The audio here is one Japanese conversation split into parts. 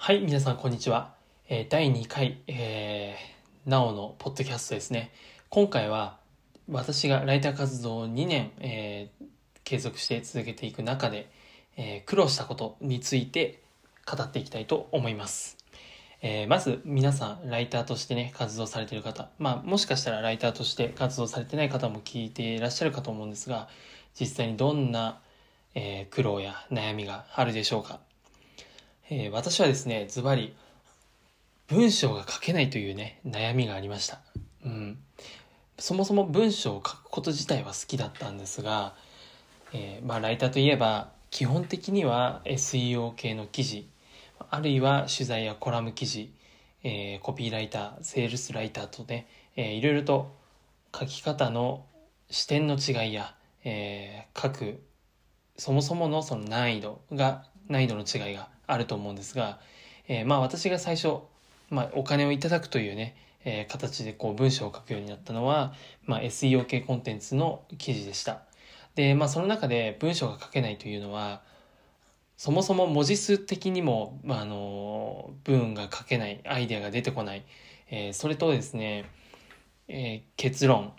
はい、皆さんこんにちは。第2回、なおのポッドキャストですね。今回は私がライター活動を2年、継続して続けていく中で、苦労したことについて語っていきたいと思います。まず皆さんライターとしてね活動されている方、もしかしたらライターとして活動されてない方も聞いていらっしゃるかと思うんですが、実際にどんな、苦労や悩みがあるでしょうか。私はですね、ズバリ文章が書けないというね、悩みがありました。うん。そもそも文章を書くこと自体は好きだったんですが、ライターといえば、基本的には SEO 系の記事、あるいは取材やコラム記事、コピーライター、セールスライターとね、いろいろと書き方の視点の違いや、書く、そもそものその難易度の違いがあると思うんですが、私が最初、お金をいただくというね、形でこう文章を書くようになったのは、SEO 系コンテンツの記事でした。で、その中で文章が書けないというのは、そもそも文字数的にも、文が書けない、アイデアが出てこない、それとですね、結論、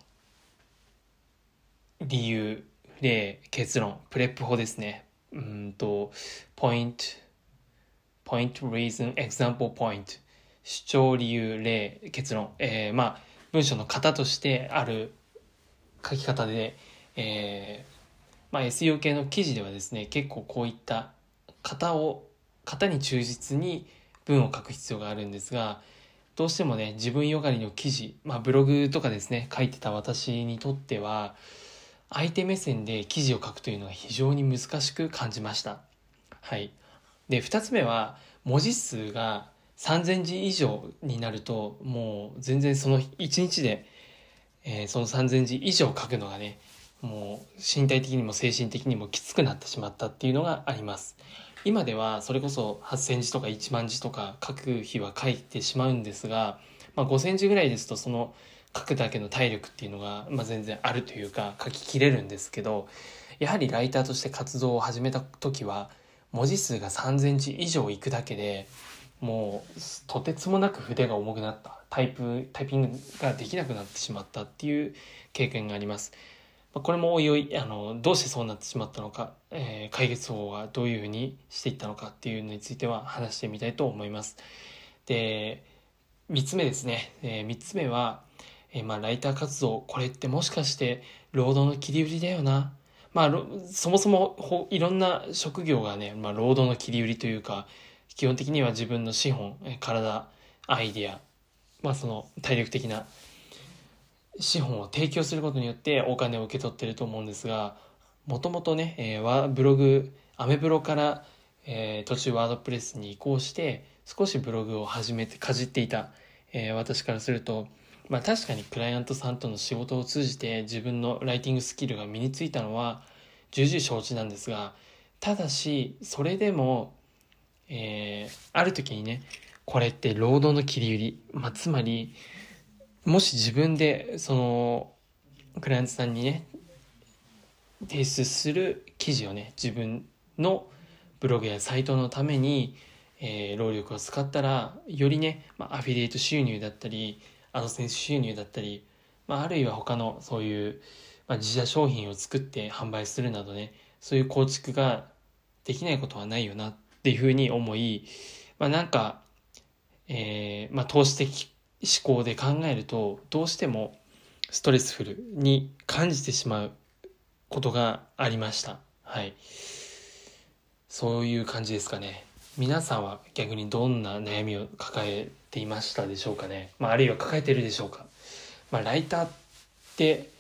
理由、例、結論、プレップ法ですね。ポイント、reason, example, point 主張理由例結論、文章の型としてある書き方で、SEO 系の記事ではですね結構こういった型に忠実に文を書く必要があるんですが、どうしてもね自分よがりの記事、ブログとかですね書いてた私にとっては相手目線で記事を書くというのが非常に難しく感じました。はい。で、二つ目は、文字数が3000字以上になると、もう全然その1日で、その3000字以上書くのがね、もう身体的にも精神的にもきつくなってしまったっていうのがあります。今ではそれこそ8000字とか1万字とか書く日は書いてしまうんですが、5000字ぐらいですとその書くだけの体力っていうのが、全然あるというか書ききれるんですけど、やはりライターとして活動を始めた時は文字数が3000字以上いくだけでもうとてつもなく筆が重くなった、タイピングができなくなってしまったっていう経験があります。これもおいおいどうしてそうなってしまったのか、解決法はどういうふうにしていったのかっていうのについては話してみたいと思います。で、3つ目ですね、3つ目は、ライター活動、これってもしかして労働の切り売りだよな。そもそもいろんな職業がね、労働の切り売りというか、基本的には自分の資本、体、アイデア、その体力的な資本を提供することによってお金を受け取っていると思うんですが、もともとね、ブログ、アメブロから、途中ワードプレスに移行して少しブログを始めてかじっていた、私からすると、確かにクライアントさんとの仕事を通じて自分のライティングスキルが身についたのは重々承知なんですが、ただしそれでも、ある時にね、これって労働の切り売り、つまりもし自分でそのクライアントさんにね提出する記事をね自分のブログやサイトのために、労力を使ったらよりね、アフィリエイト収入だったりアドセンス収入だったり、あるいは他のそういう、自社商品を作って販売するなどね、そういう構築ができないことはないよなっていうふうに思い、なんか、投資的思考で考えるとどうしてもストレスフルに感じてしまうことがありました。はい。そういう感じですかね。皆さんは逆にどんな悩みを抱えていましたでしょうかね。あるいは抱えているでしょうか。ライターって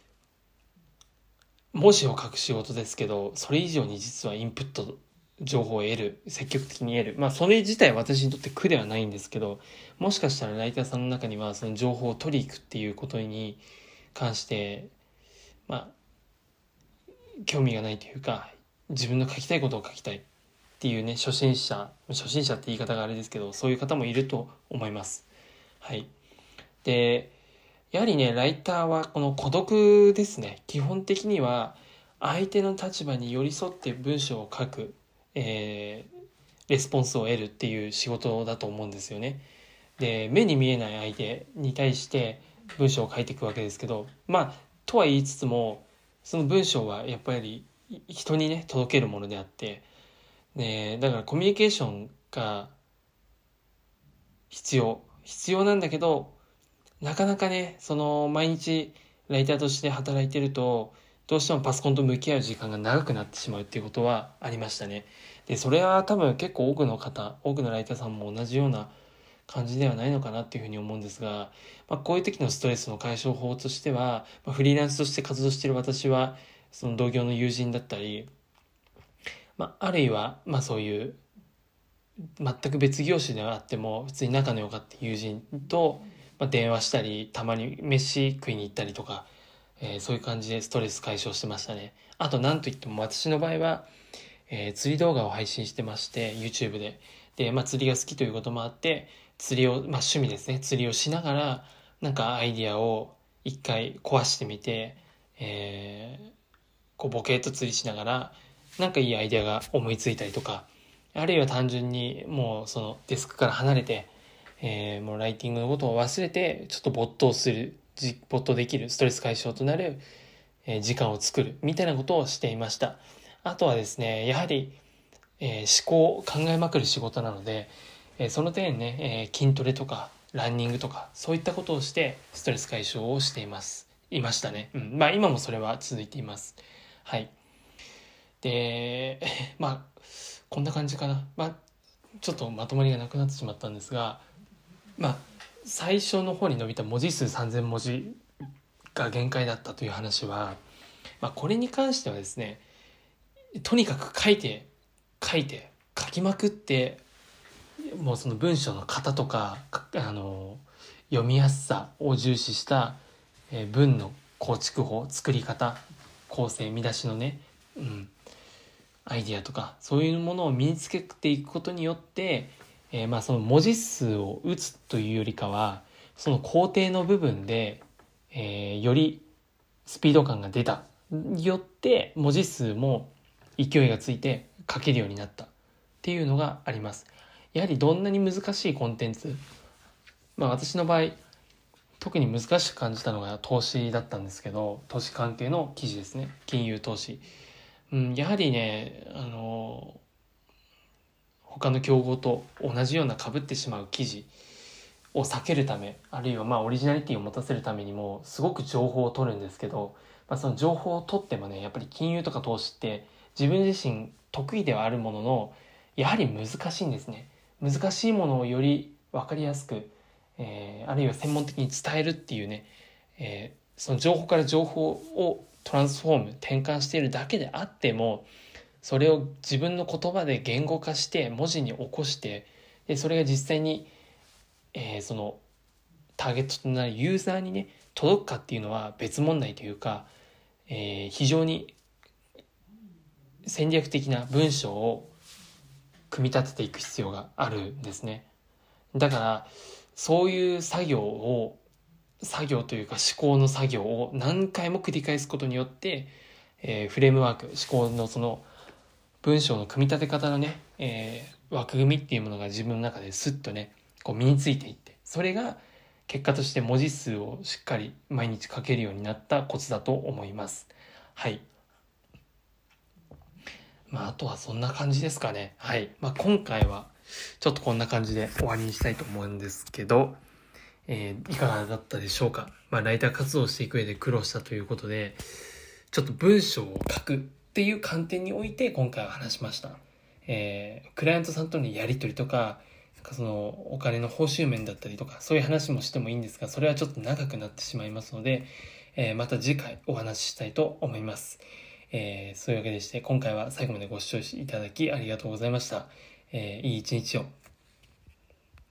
文字を書く仕事ですけど、それ以上に実はインプット情報を得る、積極的に得る。それ自体は私にとって苦ではないんですけど、もしかしたらライターさんの中にはその情報を取り行くっていうことに関して、興味がないというか、自分の書きたいことを書きたいっていうね、初心者って言い方があれですけど、そういう方もいると思います。はい。で、やはりね、ライターはこの孤独ですね。基本的には相手の立場に寄り添って文章を書く、 レスポンスを得るっていう仕事だと思うんですよね。で、目に見えない相手に対して文章を書いていくわけですけど、とは言いつつも、その文章はやっぱり人にね、届けるものであって、だからコミュニケーションが必要なんだけど、なかなかね、その毎日ライターとして働いてると、どうしてもパソコンと向き合う時間が長くなってしまうっていうことはありましたね。で、それは多分結構多くのライターさんも同じような感じではないのかなっていうふうに思うんですが、こういう時のストレスの解消法としては、フリーランスとして活動している私は、その同業の友人だったり、あるいは、そういう全く別業種ではあっても普通に仲の良かった友人と、電話したりたまに飯食いに行ったりとか、そういう感じでストレス解消してましたね。あと何といっても私の場合は、釣り動画を配信してまして YouTube で、釣りが好きということもあって釣りを、趣味ですね、釣りをしながらなんかアイディアを一回壊してみて、こうボケーっと釣りしながらなんかいいアイディアが思いついたりとか、あるいは単純にもうそのデスクから離れて、もうライティングのことを忘れてちょっと没頭できるストレス解消となる、時間を作るみたいなことをしていました。あとはですね、やはり、考えまくる仕事なので、その点ね、筋トレとかランニングとかそういったことをしてストレス解消をしていましたね。今もそれは続いています。はい。で、こんな感じかな。ちょっとまとまりがなくなってしまったんですが、最初の方に伸びた文字数3000文字が限界だったという話は、これに関してはですね、とにかく書きまくって、もうその文章の型とか、読みやすさを重視した、文の構築法、作り方、構成、見出しのね、アイディアとかそういうものを身につけていくことによって、その文字数を打つというよりかはその工程の部分で、よりスピード感が出たによって文字数も勢いがついて書けるようになったっていうのがあります。やはりどんなに難しいコンテンツ、私の場合特に難しく感じたのが投資だったんですけど、投資関係の記事ですね、金融投資。やはりね、他の競合と同じような被ってしまう記事を避けるため、あるいはオリジナリティを持たせるためにもすごく情報を取るんですけど、その情報を取ってもね、やっぱり金融とか投資って自分自身得意ではあるもののやはり難しいんですね。難しいものをより分かりやすく、あるいは専門的に伝えるっていうね、その情報から情報をトランスフォーム転換しているだけであっても、それを自分の言葉で言語化して文字に起こして、でそれが実際に、そのターゲットとなるユーザーにね届くかっていうのは別問題というか、非常に戦略的な文章を組み立てていく必要があるんですね。だからそういう作業というか思考の作業を何回も繰り返すことによって、フレームワーク、思考のその文章の組み立て方のね、枠組みっていうものが自分の中でスッとねこう身についていって、それが結果として文字数をしっかり毎日書けるようになったコツだと思います。はい。あとはそんな感じですかね。はい。今回はちょっとこんな感じで終わりにしたいと思うんですけど、いかがだったでしょうか。ライター活動をしていく上で苦労したということで、ちょっと文章を書くっていう観点において今回は話しました。クライアントさんとのやり取りとか、そのお金の報酬面だったりとか、そういう話もしてもいいんですが、それはちょっと長くなってしまいますので、また次回お話ししたいと思います。そういうわけでして、今回は最後までご視聴いただきありがとうございました。いい一日を